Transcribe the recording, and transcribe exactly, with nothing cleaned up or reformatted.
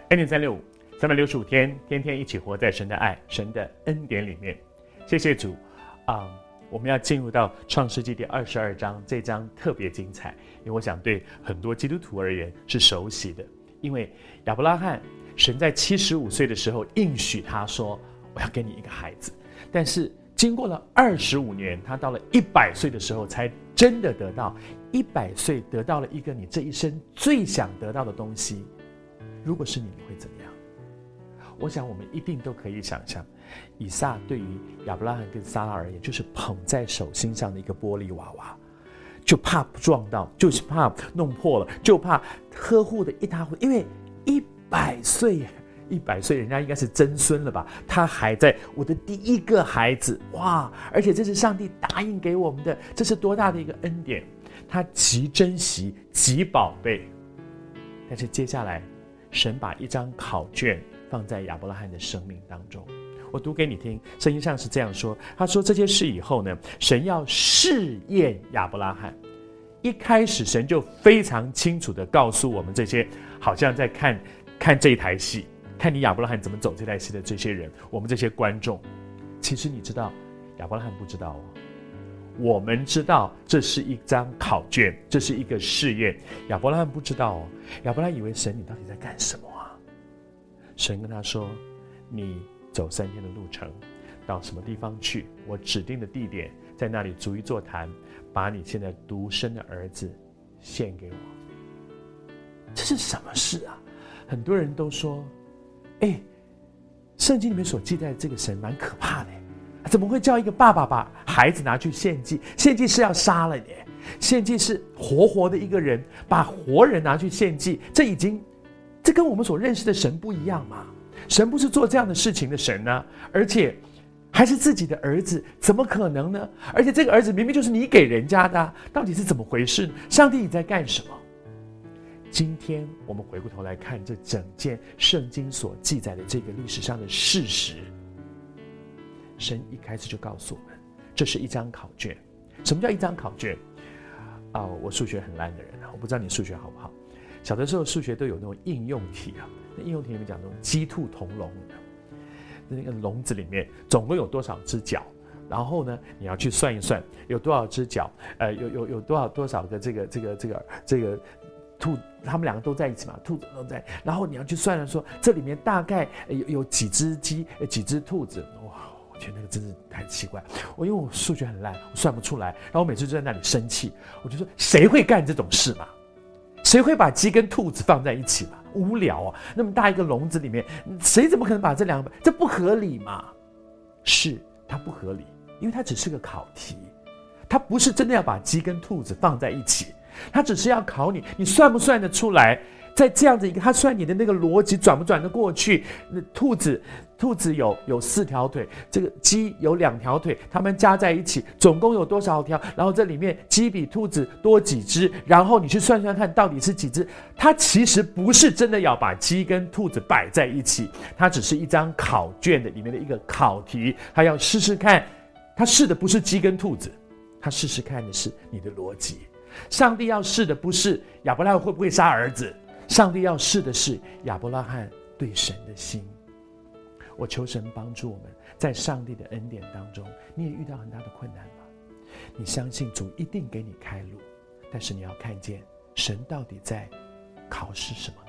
恩典三六五，三百六十五天，天天一起活在神的爱、神的恩典里面。谢谢主啊、嗯！我们要进入到创世纪第二十二章，这章特别精彩，因为我想对很多基督徒而言是熟悉的。因为亚伯拉罕，神在七十五岁的时候应许他说：“我要给你一个孩子。”但是经过了二十五年，他到了一百岁的时候，才真的得到。一百岁得到了一个你这一生最想得到的东西。如果是你，你会怎么样？我想我们一定都可以想象，以撒对于亚伯拉罕跟撒拉而言，就是捧在手心上的一个玻璃娃娃，就怕撞到，就是怕弄破了，就怕呵护的一塌糊涂。因为一百岁，一百岁人家应该是曾孙了吧？他还在我的第一个孩子，哇！而且这是上帝答应给我们的，这是多大的一个恩典！他极珍惜，极宝贝。但是接下来，神把一张考卷放在亚伯拉罕的生命当中。我读给你听，圣经上是这样说：他说这些事以后呢，神要试验亚伯拉罕。一开始神就非常清楚地告诉我们这些好像在看看这一台戏，看你亚伯拉罕怎么走这台戏的这些人，我们这些观众，其实你知道亚伯拉罕不知道哦。我们知道这是一张考卷，这是一个试验。亚伯拉罕不知道哦，亚伯拉罕以为神你到底在干什么啊？神跟他说：“你走三天的路程，到什么地方去？我指定的地点，在那里筑一座坛，把你现在独生的儿子献给我。”这是什么事啊？很多人都说：“哎，圣经里面所记载的这个神蛮可怕的。”怎么会叫一个爸爸把孩子拿去献祭？献祭是要杀了你，献祭是活活的一个人，把活人拿去献祭，这已经，这跟我们所认识的神不一样嘛？神不是做这样的事情的神呢，而且还是自己的儿子，怎么可能呢？而且这个儿子明明就是你给人家的、啊，到底是怎么回事？上帝你在干什么？今天我们回过头来看这整件圣经所记载的这个历史上的事实。神一开始就告诉我们，这是一张考卷。什么叫一张考卷？啊、呃，我数学很烂的人，我不知道你数学好不好。小的时候数学都有那种应用题啊，那应用题里面讲那种鸡兔同笼的，那个笼子里面总共有多少只脚，然后呢，你要去算一算有多少只脚，呃，有有有多少多少个这个这个这个这个兔，他们两个都在一起嘛，兔子都在，然后你要去算了说这里面大概有有几只鸡，几只兔子，哇！我觉得那个真是太奇怪，我因为我数学很烂，我算不出来，然后我每次就在那里生气，我就说谁会干这种事嘛？谁会把鸡跟兔子放在一起嘛？无聊啊！那么大一个笼子里面，谁怎么可能把这两个？这不合理嘛？是它不合理，因为它只是个考题，它不是真的要把鸡跟兔子放在一起，它只是要考你，你算不算得出来？在这样子一个，他算你的那个逻辑转不转得过去？那兔子，兔子有有四条腿，这个鸡有两条腿，它们加在一起总共有多少条？然后这里面鸡比兔子多几只，然后你去算算看到底是几只？它其实不是真的要把鸡跟兔子摆在一起，它只是一张考卷的里面的一个考题，它要试试看，它试的不是鸡跟兔子，它试试看的是你的逻辑。上帝要试的不是亚伯拉罕会不会杀儿子。上帝要试的是亚伯拉罕对神的心。我求神帮助我们，在上帝的恩典当中，你也遇到很大的困难吗？你相信主一定给你开路，但是你要看见神到底在考试什么。